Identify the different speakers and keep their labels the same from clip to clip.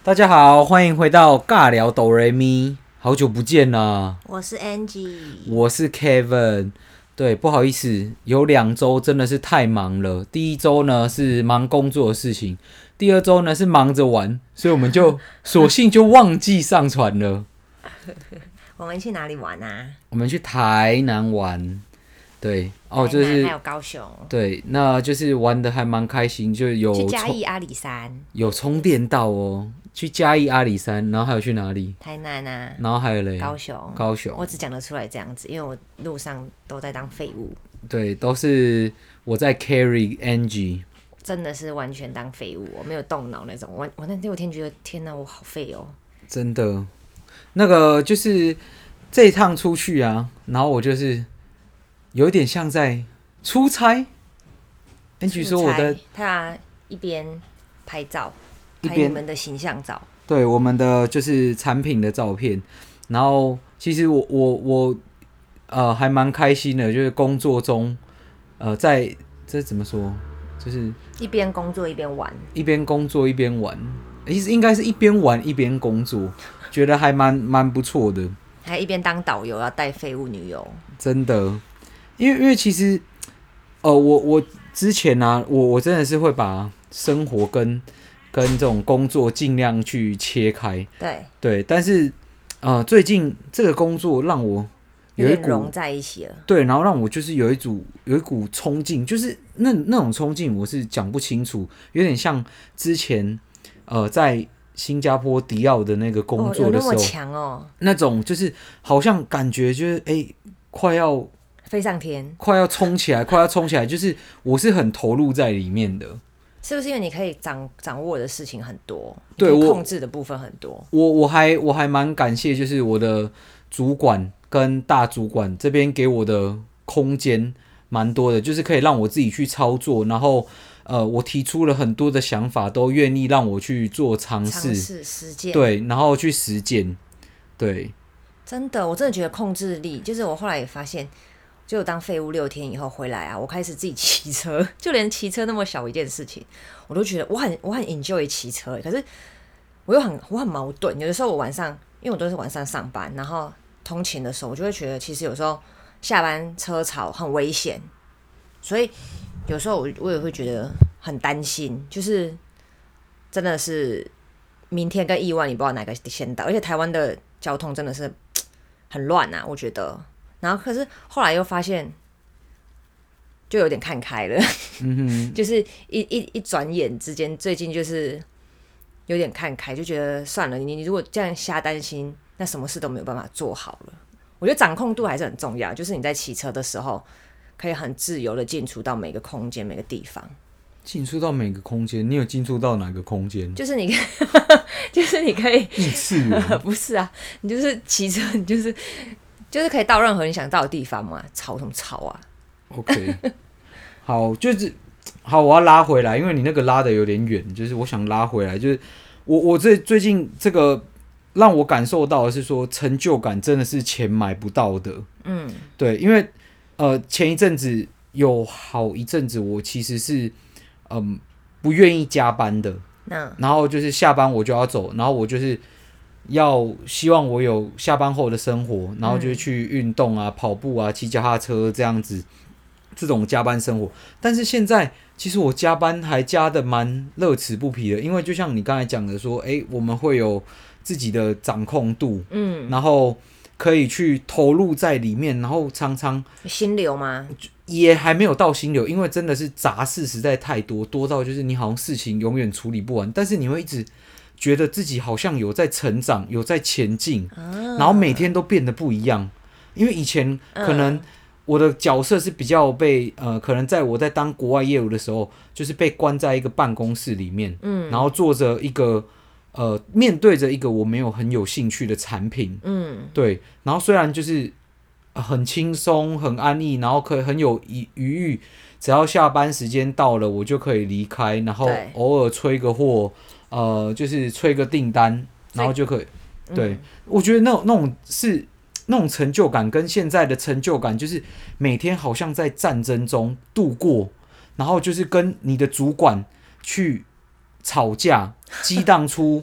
Speaker 1: 大家好，欢迎回到尬聊哆瑞咪，好久不见啦！
Speaker 2: 我是 Angie，
Speaker 1: 我是 Kevin。对，不好意思，有2周真的是太忙了。第一周呢是忙工作的事情，第2周呢是忙着玩，所以我们就索性就忘记上传了。
Speaker 2: 我们去哪里玩啊？
Speaker 1: 我们去台南玩，对，就是
Speaker 2: 还有高雄，
Speaker 1: 对，那就是玩的还蛮开心，就有
Speaker 2: 去嘉义阿里山，
Speaker 1: 有充电到哦。去嘉义阿里山，然后还有去哪里？
Speaker 2: 台南啊，
Speaker 1: 然后还有嘞，
Speaker 2: 高雄，我只讲得出来这样子，因为我路上都在当废物。
Speaker 1: 对，都是我在 carry Angie，
Speaker 2: 真的是完全当废物，我没有动脑那种。我那6天觉得天哪，我好废哦。
Speaker 1: 真的，那个就是这一趟出去啊，然后我就是有点像在出差。Angie 说我的，
Speaker 2: 他一边拍照，拍你们的形象照，
Speaker 1: 对我们的就是产品的照片。然后其实我还蛮开心的，就是工作中在这怎么说，就是
Speaker 2: 一边工作一边玩，
Speaker 1: 一边工作一边玩，其实应该是一边玩一边工作，觉得还蛮不错的。
Speaker 2: 还一边当导游要带废物女友，
Speaker 1: 真的，因为其实我之前啊，我真的是会把生活跟这种工作尽量去切开。对，但是最近这个工作让我有一股
Speaker 2: 融在一起了。
Speaker 1: 对，然后让我就是有一股冲劲，就是那种冲劲我是讲不清楚，有点像之前在新加坡迪奥的那个工作的时候，
Speaker 2: 有那么强哦，
Speaker 1: 那种就是好像感觉就是快要
Speaker 2: 飞上天，
Speaker 1: 快要冲起来，就是我是很投入在里面的。
Speaker 2: 是不是因为你可以掌握的事情很多，
Speaker 1: 对，
Speaker 2: 你控制的部分很多？
Speaker 1: 我还蛮感谢，就是我的主管跟大主管这边给我的空间蛮多的，就是可以让我自己去操作，然后我提出了很多的想法，都愿意让我去做尝试
Speaker 2: 实践，
Speaker 1: 对，然后去实践，对，
Speaker 2: 真的，我真的觉得控制力，就是我后来也发现。就当废物6天以后回来啊，我开始自己骑车，就连骑车那么小一件事情，我都觉得我很 enjoy 骑车。可是我很矛盾，有的时候我晚上，因为我都是晚上上班，然后通勤的时候，我就会觉得其实有时候下班车潮很危险，所以有时候我也会觉得很担心，就是真的是明天跟意外你不知道哪个先到，而且台湾的交通真的是很乱啊，我觉得。然后可是后来又发现，就有点看开了，就是一转眼之间，最近就是有点看开，就觉得算了，你如果这样瞎担心，那什么事都没有办法做好了。我觉得掌控度还是很重要，就是你在骑车的时候，可以很自由的进出到每个空间、每个地方。
Speaker 1: 进出到每个空间，你有进出到哪个空间？
Speaker 2: 就是你可以
Speaker 1: 异次元
Speaker 2: 不是啊，你就是骑车，你就是可以到任何你想到的地方嘛，吵什么吵啊
Speaker 1: ？OK， 好，就是好，我要拉回来，因为你那个拉的有点远，就是我想拉回来，就是我最近这个让我感受到的是说，成就感真的是钱买不到的。对，因为前一阵子有好一阵子，我其实是不愿意加班的，然后就是下班我就要走，然后我就是要希望我有下班后的生活，然后就去运动啊、跑步啊、骑脚踏车这样子，这种加班生活。但是现在其实我加班还加的蛮乐此不疲的，因为就像你刚才讲的说，我们会有自己的掌控度，然后可以去投入在里面，然后常常
Speaker 2: 心流吗？
Speaker 1: 也还没有到心流，因为真的是杂事实在太多，多到就是你好像事情永远处理不完，但是你会一直觉得自己好像有在成长，有在前进，然后每天都变得不一样。因为以前可能我的角色是比较被可能在我在当国外业务的时候，就是被关在一个办公室里面，然后做着一个面对着一个我没有很有兴趣的产品，对，然后虽然就是很轻松、很安逸，然后可以很有余裕，只要下班时间到了，我就可以离开，然后偶尔催个货。就是催个订单，然后就可以。对，我觉得那种是那种成就感，跟现在的成就感，就是每天好像在战争中度过，然后就是跟你的主管去吵架，激荡出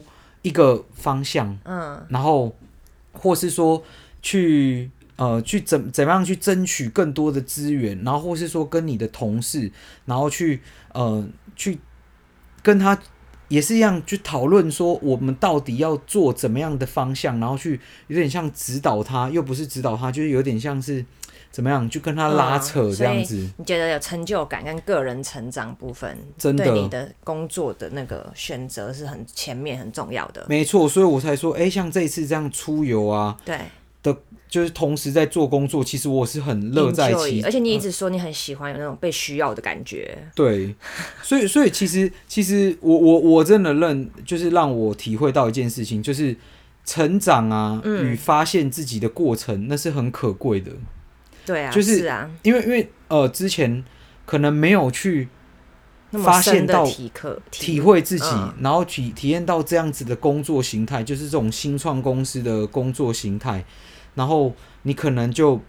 Speaker 1: 一个方向，然后或是说去怎么样去争取更多的资源，然后或是说跟你的同事，然后去跟他也是一样去讨论说我们到底要做怎么样的方向，然后去有点像指导他，又不是指导他，就是有点像是怎么样去跟他拉扯这样子。
Speaker 2: 你觉得有成就感跟个人成长部分，
Speaker 1: 真的
Speaker 2: 对你的工作的那个选择是很前面很重要的。
Speaker 1: 没错，所以我才说，像这一次这样出游啊，
Speaker 2: 对
Speaker 1: 的，就是同时在做工作，其实我是很乐在其中，
Speaker 2: 而且你一直说你很喜欢有那种被需要的感觉。
Speaker 1: 对，所以其实我真的就是让我体会到一件事情，就是成长啊与发现自己的过程，那是很可贵的。
Speaker 2: 对啊，
Speaker 1: 就是
Speaker 2: 啊，
Speaker 1: 因为之前可能没有去发现到体会自己，然后体验到这样子的工作形态，就是这种新创公司的工作形态，然后你可能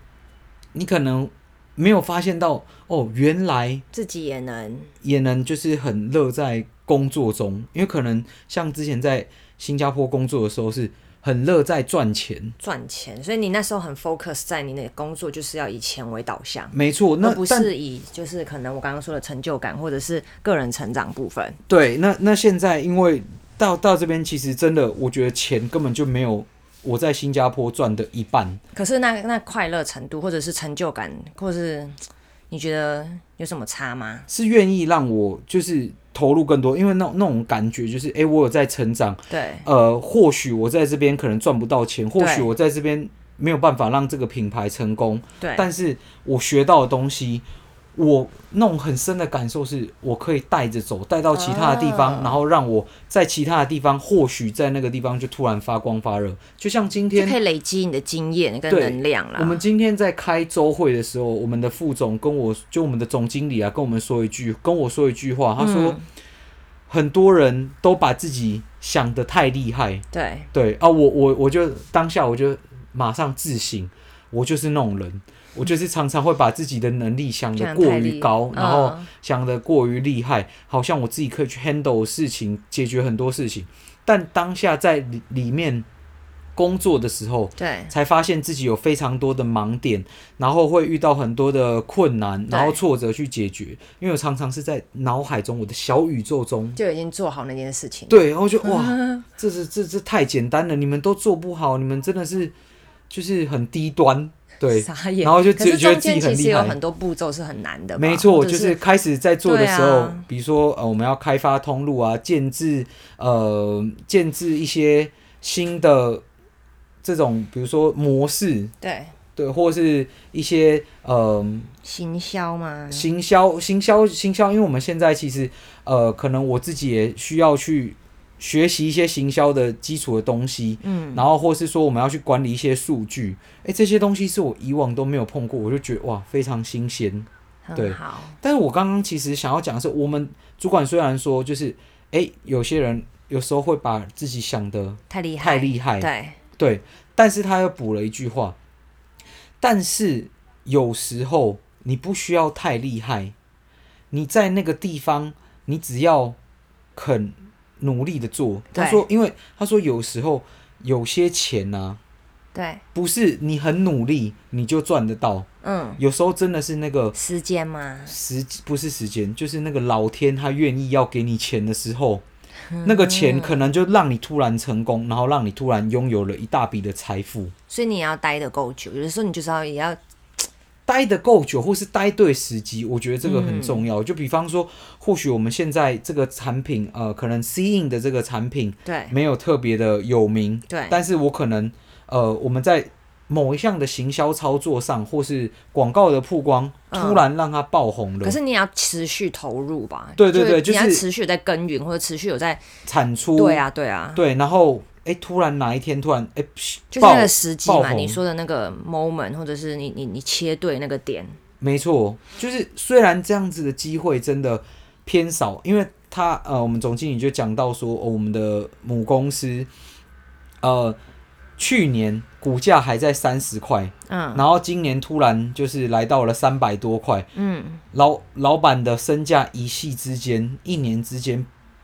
Speaker 1: 没有发现到原来
Speaker 2: 自己也
Speaker 1: 能就是很乐在工作中，因为可能像之前在新加坡工作的时候是很乐在赚钱，
Speaker 2: 所以你那时候很 focus 在你的工作，就是要以钱为导向。
Speaker 1: 没错，那
Speaker 2: 而不是以就是可能我刚刚说的成就感或者是个人成长部分。
Speaker 1: 对，那现在因为到这边，其实真的我觉得钱根本就没有我在新加坡赚的一半。
Speaker 2: 可是那快乐程度或者是成就感，或是你觉得有什么差吗？
Speaker 1: 是愿意让我就是投入更多，因为那种感觉就是，我有在成长。
Speaker 2: 对，
Speaker 1: 或许我在这边可能赚不到钱，或许我在这边没有办法让这个品牌成功。
Speaker 2: 对，
Speaker 1: 但是我学到的东西，我那种很深的感受是，我可以带着走，带到其他的地方，然后让我在其他的地方，或许在那个地方就突然发光发热。就像今天，
Speaker 2: 就可以累积你的经验跟能量啦。
Speaker 1: 我们今天在开周会的时候，我们的副总我们的总经理啊，跟我说一句话，他说，很多人都把自己想得太厉害。对啊，我就当下我就马上自省，我就是那种人。我就是常常会把自己的能力想得过于高，然后想得过于厉害，好像我自己可以去 handle 事情，解决很多事情。但当下在里面工作的时候，
Speaker 2: 对，
Speaker 1: 才发现自己有非常多的盲点，然后会遇到很多的困难，然后挫折去解决。因为我常常是在脑海中，我的小宇宙中
Speaker 2: 就已经做好那件事情。
Speaker 1: 对，然后就哇，这太简单了，你们都做不好，你们真的是就是很低端。对，然后就觉得自己很厉害。
Speaker 2: 其实有很多步骤是很难的。
Speaker 1: 没错，就是开始在做的时候，比如说我们要开发通路啊，建制一些新的这种，比如说模式，对，或是一些
Speaker 2: 行销嘛，
Speaker 1: 行销，因为我们现在其实可能我自己也需要去学习一些行销的基础的东西，然后或是说我们要去管理一些数据，这些东西是我以往都没有碰过，我就觉得哇非常新鲜，
Speaker 2: 很好。
Speaker 1: 但是我刚刚其实想要讲的是，我们主管虽然说就是有些人有时候会把自己想的太厉害，对，但是他又补了一句话，但是有时候你不需要太厉害，你在那个地方你只要肯努力的做。因为他说有时候有些钱啊，
Speaker 2: 对，
Speaker 1: 不是你很努力你就赚得到。有时候真的是那个
Speaker 2: 时间吗？
Speaker 1: 不是时间，就是那个老天他愿意要给你钱的时候，那个钱可能就让你突然成功，然后让你突然拥有了一大笔的财富。
Speaker 2: 所以你也要待得够久，有的时候你就是也要
Speaker 1: 待得够久，或是待对时机，我觉得这个很重要。就比方说，或许我们现在这个产品，可能 Seeing 的这个产品，
Speaker 2: 对，
Speaker 1: 没有特别的有名，
Speaker 2: 对，
Speaker 1: 但是我可能，我们在某一项的行销操作上，或是广告的曝光，突然让它爆红了。
Speaker 2: 可是你要持续投入吧？
Speaker 1: 对，
Speaker 2: 就是你要持续在耕耘，或者持续有在
Speaker 1: 产出。
Speaker 2: 对啊，
Speaker 1: 对，然后。突然哪一天
Speaker 2: 就是那个时机嘛，你说的那个 moment， 或者是你切对那个点。
Speaker 1: 没错，就是虽然这样子的机会真的偏少，因为我们总经理就讲到说，我们的母公司去年股价还在30块，然后今年突然就是来到了300多块，老板的身价一夕之间，1年之间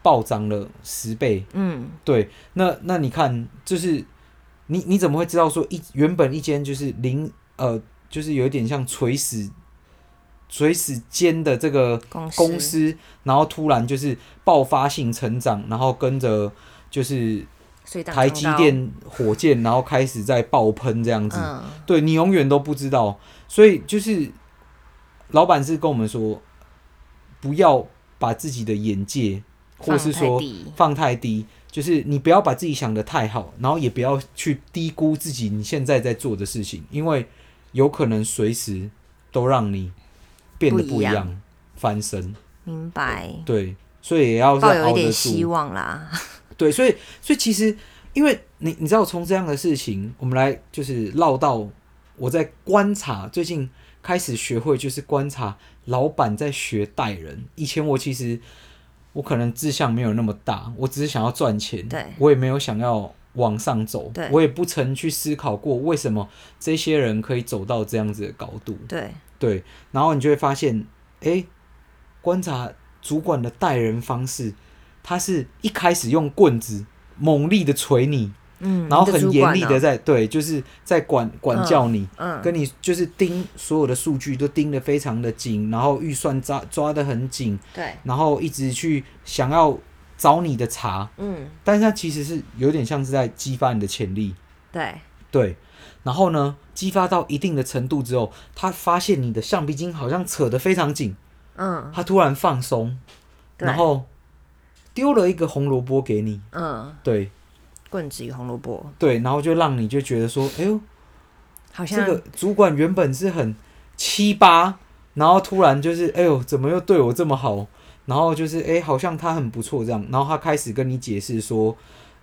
Speaker 1: 暴涨了10倍。对，那你看，就是你怎么会知道说原本一间就是就是有一点像垂死间的这个公司，然后突然就是爆发性成长，然后跟着就是台积电火箭，然后开始在爆喷这样子。对，你永远都不知道，所以就是老板是跟我们说，不要把自己的眼界或是说放太低，就是你不要把自己想得太好，然后也不要去低估自己你现在在做的事情，因为有可能随时都让你变得不一样，翻身。明白。对，所以也要
Speaker 2: 抱有一点希望啦。
Speaker 1: 对，所以其实，因为你知道，从这样的事情，我们来就是绕到我在观察，最近开始学会就是观察老板在学带人。以前我可能志向没有那么大，我只是想要赚钱，我也没有想要往上走，我也不曾去思考过为什么这些人可以走到这样子的高度。对，然后你就会发现，观察主管的带人方式，他是一开始用棍子猛力的捶你，然后很严厉的就是在管教你，跟你就是盯所有的数据都盯得非常的紧，然后预算抓得很紧，然后一直去想要找你的茬，但是他其实是有点像是在激发你的潜力，对，然后呢，激发到一定的程度之后，他发现你的橡皮筋好像扯得非常紧，他突然放松，然后丢了一个红萝卜给你，对，
Speaker 2: 棍子与红萝卜，
Speaker 1: 对，然后就让你就觉得说，哎呦，好像这个主管原本是很七八，然后突然就是，哎呦，怎么又对我这么好？然后就是，好像他很不错这样，然后他开始跟你解释说，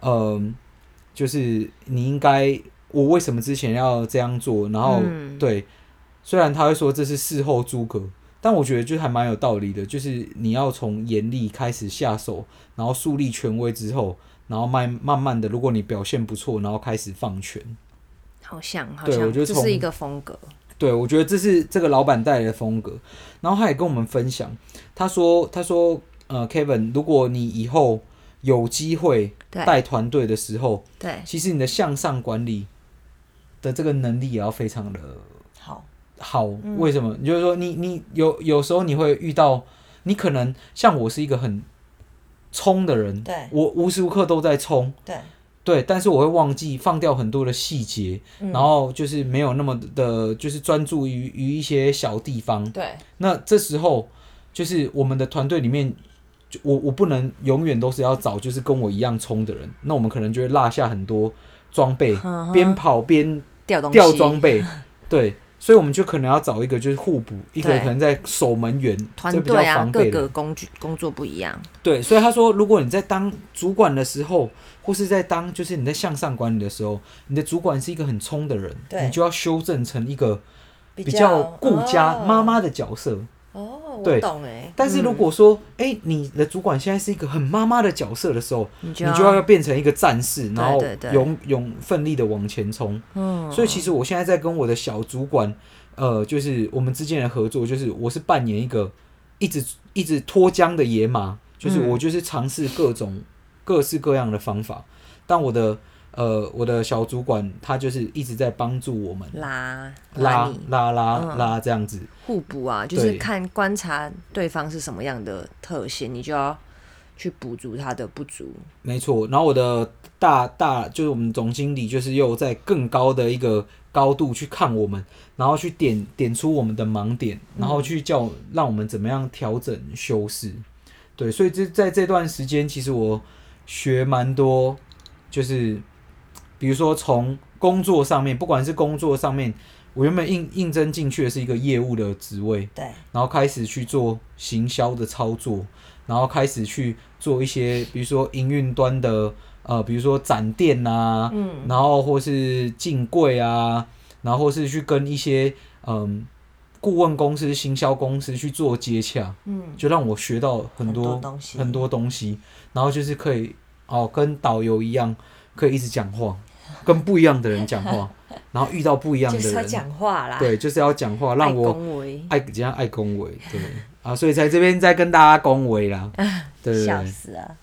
Speaker 1: 就是你应该，我为什么之前要这样做？然后，对，虽然他会说这是事后诸葛。但我觉得就还蛮有道理的，就是你要从严厉开始下手，然后树立权威之后，然后慢慢的，如果你表现不错，然后开始放权。
Speaker 2: 好像，这是一个风格。
Speaker 1: 对，我觉得这是这个老板带来的风格。然后他也跟我们分享，他说，Kevin， 如果你以后有机会带团队的时候，其实你的向上管理的这个能力也要非常的好，为什么？就是说你有时候你会遇到，你可能像我是一个很冲的人，我无时无刻都在冲，对，但是我会忘记放掉很多的细节，然后就是没有那么的，就是专注于一些小地方，那这时候就是我们的团队里面，我不能永远都是要找就是跟我一样冲的人，那我们可能就会落下很多装备，边跑边掉装备，对。所以我们就可能要找一个就是互补，一个可能在守门员，
Speaker 2: 团队啊，各个工作不一样。对，
Speaker 1: 所以他说，如果你在当主管的时候，或是在当就是你在向上管理的时候，你的主管是一个很冲的人，你就要修正成一个比较顾家妈妈的角色。
Speaker 2: 我懂
Speaker 1: 但是如果说，你的主管现在是一个很妈妈的角色的时候，你就要变成一个战士，然后勇奋力的往前冲。所以其实我现在在跟我的小主管，就是我们之间的合作，就是我是扮演一个一直脱缰的野马，就是我就是尝试各式各样的方法，但我的小主管他就是一直在帮助我们拉这样子
Speaker 2: 互补啊，就是观察对方是什么样的特性，你就要去补足他的不足。
Speaker 1: 没错，然后我的就是我们总经理就是又在更高的一个高度去看我们，然后去点出我们的盲点，然后去让我们怎么样调整修饰。对，所以在这段时间，其实我学蛮多，就是比如说从工作上面，不管是工作上面，我原本应征进去的是一个业务的职位，然后开始去做行销的操作，然后开始去做一些，比如说营运端的，比如说展店啊，然后或是进柜啊，然后或是去跟一些顾问公司、行销公司去做接洽，就让我学到很多东西，然后就是可以跟导游一样，可以一直讲话，跟不一样的人讲话，然后遇到不一样的人，就是
Speaker 2: 要讲话啦，
Speaker 1: 对，就是要讲话，让我怎样爱恭维，对啊，所以在这边再跟大家恭维啦，对，
Speaker 2: 笑死啊！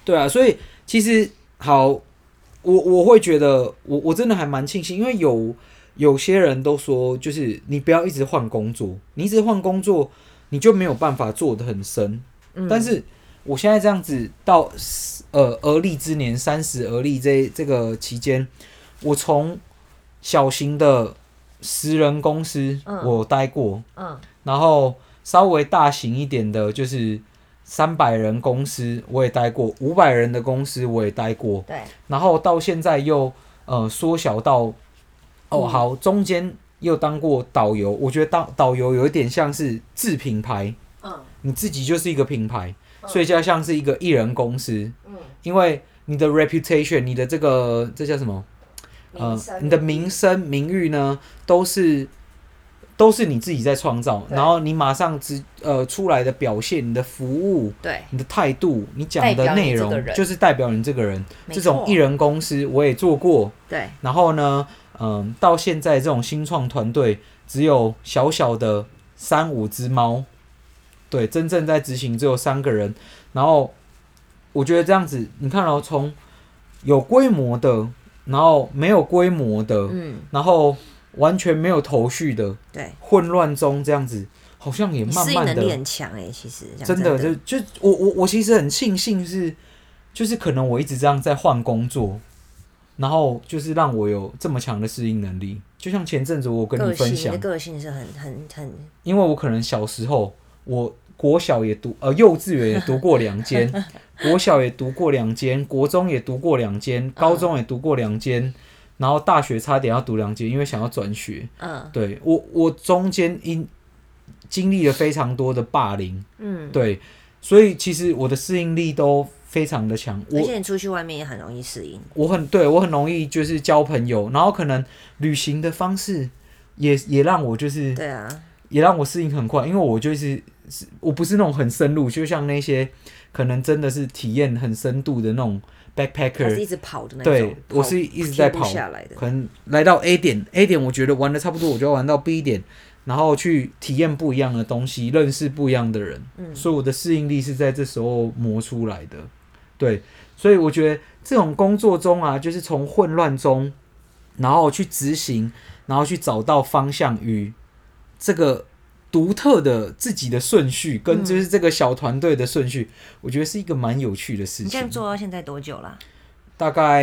Speaker 1: 对啊，所以其实好，我会觉得我真的还蛮庆幸，因为有些人都说，就是你不要一直换工作，你一直换工作，你就没有办法做得很深。但是我现在这样子到而立之年，30而立这个期间，我从小型的10人公司我待过，然后稍微大型一点的，就是300人公司我也待过，500人的公司我也待过，
Speaker 2: 对，
Speaker 1: 然后到现在又缩小到好，中间又当过导游，我觉得导游有一点像是自品牌，你自己就是一个品牌，所以就像是一个艺人公司，因为你的 reputation， 你的这叫什么？你的名声名誉呢，都是你自己在创造，然后你马上出来的表现，你的服务，
Speaker 2: 对，
Speaker 1: 你的态度，你讲的内容，就是代表你这个人。这种艺人公司我也做过，
Speaker 2: 对。
Speaker 1: 然后呢，到现在这种新创团队，只有小小的3-5只猫，对，真正在执行只有3个人。然后我觉得这样子，你看哦，从有规模的，然后没有规模的，然后完全没有头绪的，
Speaker 2: 对，
Speaker 1: 混乱中这样子，好像也慢慢的，适应
Speaker 2: 能力很强其实
Speaker 1: 真的就我其实很庆幸就是可能我一直这样在换工作，然后就是让我有这么强的适应能力。就像前阵子我跟你分享，
Speaker 2: 你的个性是很，
Speaker 1: 因为我可能小时候我国小也幼稚园也读过2间，国小也读过2间，国中也读过2间，高中也读过2间。然后大学差点要读2间，因为想要转学。对，我中间经历了非常多的霸凌。对，所以其实我的适应力都非常的强。
Speaker 2: 而且你出去外面也很容易适应。
Speaker 1: 我很容易就是交朋友，然后可能旅行的方式也让我就是
Speaker 2: 对啊，
Speaker 1: 也让我适应很快，因为我不是那种很深入，就像那些可能真的是体验很深度的那种。backpacker
Speaker 2: 是一直跑的那种，
Speaker 1: 对，我是一直在跑，可能来到 A 点，我觉得玩的差不多，我就要玩到 B 点，然后去体验不一样的东西，认识不一样的人，所以我的适应力是在这时候磨出来的。对，所以我觉得这种工作中啊，就是从混乱中，然后去执行，然后去找到方向与这个独特的自己的顺序，跟就是这个小团队的顺序，我觉得是一个蛮有趣的事情。
Speaker 2: 你这样做到现在多久啦？
Speaker 1: 大概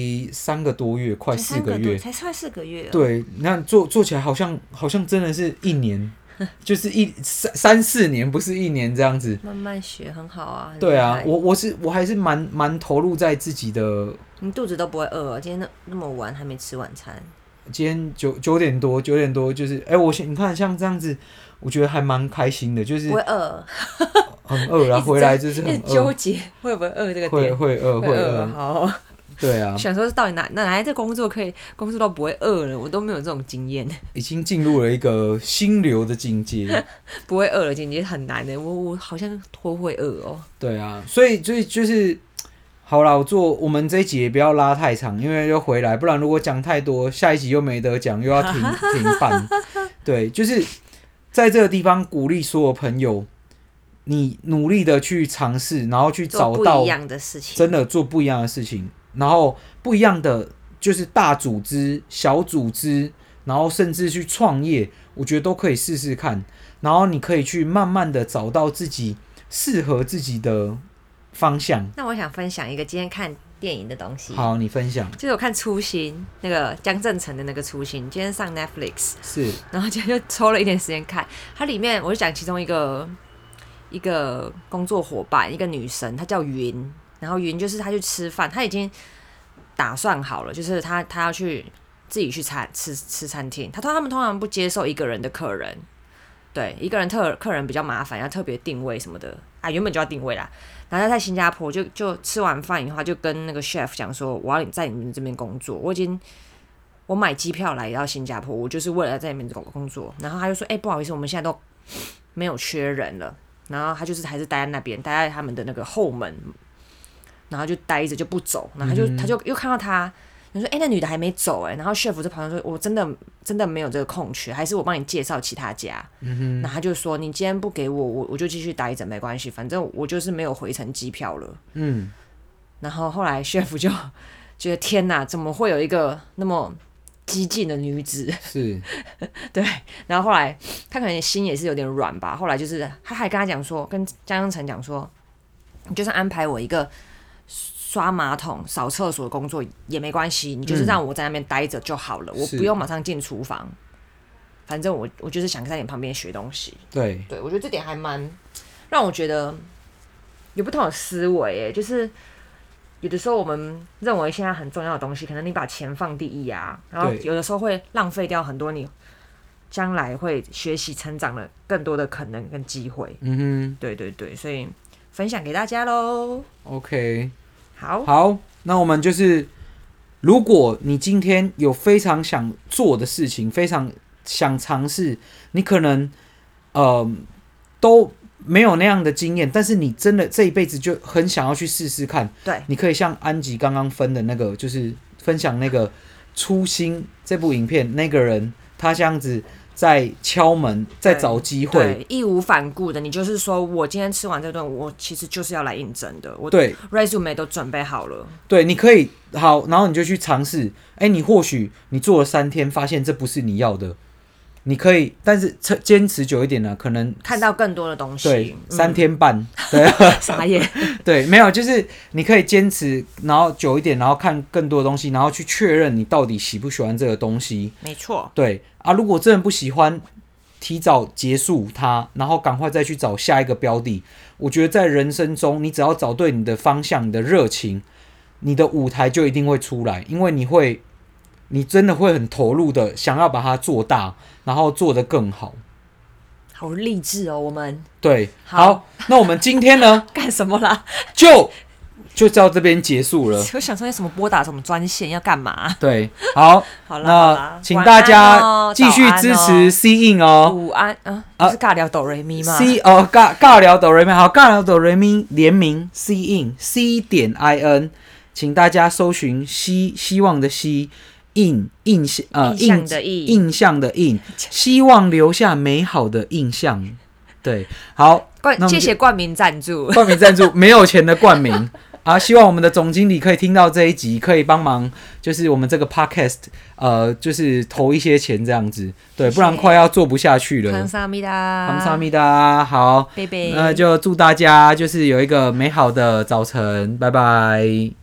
Speaker 1: 3个多月，快4个月，
Speaker 2: 才快4个月。
Speaker 1: 对，你看做起来好像真的是1年，就是3-4年，不是1年这样子。
Speaker 2: 慢慢学很好啊。
Speaker 1: 对啊，我还是蛮投入在自己的。
Speaker 2: 你肚子都不会饿今天那么晚还没吃晚餐。
Speaker 1: 今天9点多，就是你看像这样子。我觉得还蛮开心的，就是
Speaker 2: 不会饿，
Speaker 1: 很饿啊，回来就是很饿，
Speaker 2: 纠结会不会饿这个点，
Speaker 1: 会饿，
Speaker 2: 好，
Speaker 1: 对啊，
Speaker 2: 想说到底哪来这工作可以工作到不会饿了，我都没有这种经验，
Speaker 1: 已经进入了一个心流的境界，
Speaker 2: 不会饿的境界很难的，我好像都会饿哦。
Speaker 1: 对啊，所以就是好啦，我们这一集也不要拉太长，因为又回来，不然如果讲太多，下一集又没得讲，又要停办。对，就是在这个地方鼓励所有朋友，你努力的去尝试，然后去找到
Speaker 2: 不一样的事情，
Speaker 1: 真的做不一样的事情，然后不一样的就是大组织、小组织，然后甚至去创业，我觉得都可以试试看。然后你可以去慢慢的找到自己适合自己的方向。
Speaker 2: 那我想分享一个今天看电影的东西。
Speaker 1: 好，你分享。
Speaker 2: 就是我看初心，那个江振成的那个初心，今天上 Netflix，
Speaker 1: 是，
Speaker 2: 然后今天就抽了一点时间看。它里面我就讲其中一个工作伙伴，一个女生，她叫云。然后云就是她去吃饭，她已经打算好了，就是她要去自己去吃餐厅。他们通常不接受一个人的客人，对，一个人客人比较麻烦，要特别定位什么的啊，原本就要定位啦。然后他在新加坡就吃完饭以后，就跟那个 chef 讲说，我要在你们这边工作，我买机票来到新加坡，我就是为了在那边工作。然后他就说，不好意思，我们现在都没有缺人了。然后他就是还是待在那边，待在他们的那个后门，然后就待着就不走。然后他就又看到他说，那女的还没走然后 chef 在旁边说，我真的没有这个空缺，还是我帮你介绍其他家。然后他就说，你今天不给我就继续待着没关系，反正我就是没有回程机票了。 然后后来 chef 就觉得天哪，怎么会有一个那么激进的女子？
Speaker 1: 是，
Speaker 2: 对。然后后来他可能心也是有点软吧。后来就是他还跟他讲说，跟江央成讲说，你就是安排我一个刷马桶、扫厕所的工作也没关系，你就是让我在那边待着就好了，我不用马上进厨房。反正我就是想在你旁边学东西。
Speaker 1: 对，
Speaker 2: 我觉得这点还蛮让我觉得有不同的思维耶，就是有的时候我们认为现在很重要的东西，可能你把钱放第一啊，然后有的时候会浪费掉很多你将来会学习成长的更多的可能跟机会。对，所以分享给大家咯。
Speaker 1: OK，
Speaker 2: 好，
Speaker 1: 那我们就是如果你今天有非常想做的事情，非常想尝试，你可能都没有那样的经验，但是你真的这一辈子就很想要去试试看。
Speaker 2: 对，
Speaker 1: 你可以像安吉刚刚分的那个，就是分享那个初心这部影片，那个人他这样子在敲门，在找机会，
Speaker 2: 义无反顾的。你就是说我今天吃完这顿，我其实就是要来应征的，我
Speaker 1: 对
Speaker 2: resume 都准备好了。
Speaker 1: 对，你可以好，然后你就去尝试。你或许你做了3天，发现这不是你要的。你可以，但是坚持久一点呢，可能
Speaker 2: 看到更多的东西。
Speaker 1: 对，3天半，对，
Speaker 2: 傻眼。
Speaker 1: 对，没有，就是你可以坚持，然后久一点，然后看更多的东西，然后去确认你到底喜不喜欢这个东西。
Speaker 2: 没错。
Speaker 1: 对啊，如果真的不喜欢，提早结束它，然后赶快再去找下一个标的。我觉得在人生中，你只要找对你的方向、你的热情，你的舞台就一定会出来，因为你真的会很投入的想要把它做大，然后做得更好。
Speaker 2: 好励志哦，我们。
Speaker 1: 对，好，那我们今天呢？
Speaker 2: 干什么啦？
Speaker 1: 就到这边结束了。
Speaker 2: 我想说什么拨打什么专线要干嘛？
Speaker 1: 对，好，
Speaker 2: 好啦，
Speaker 1: 那请大家继续支持 C in 哦。
Speaker 2: 午安不是尬聊哆瑞咪吗
Speaker 1: 尬聊哆瑞咪，好，尬聊哆瑞咪联名 C in C.IN， 请大家搜寻希望的希。印象的印，希望留下美好的印象。对，好，
Speaker 2: 谢谢冠名赞助，
Speaker 1: 没有钱的冠名啊！希望我们的总经理可以听到这一集，可以帮忙，就是我们这个 podcast，就是投一些钱这样子，对，不然快要做不下去了。
Speaker 2: 감사합
Speaker 1: 니다，好，
Speaker 2: 贝贝，
Speaker 1: 那就祝大家就是有一个美好的早晨，拜拜。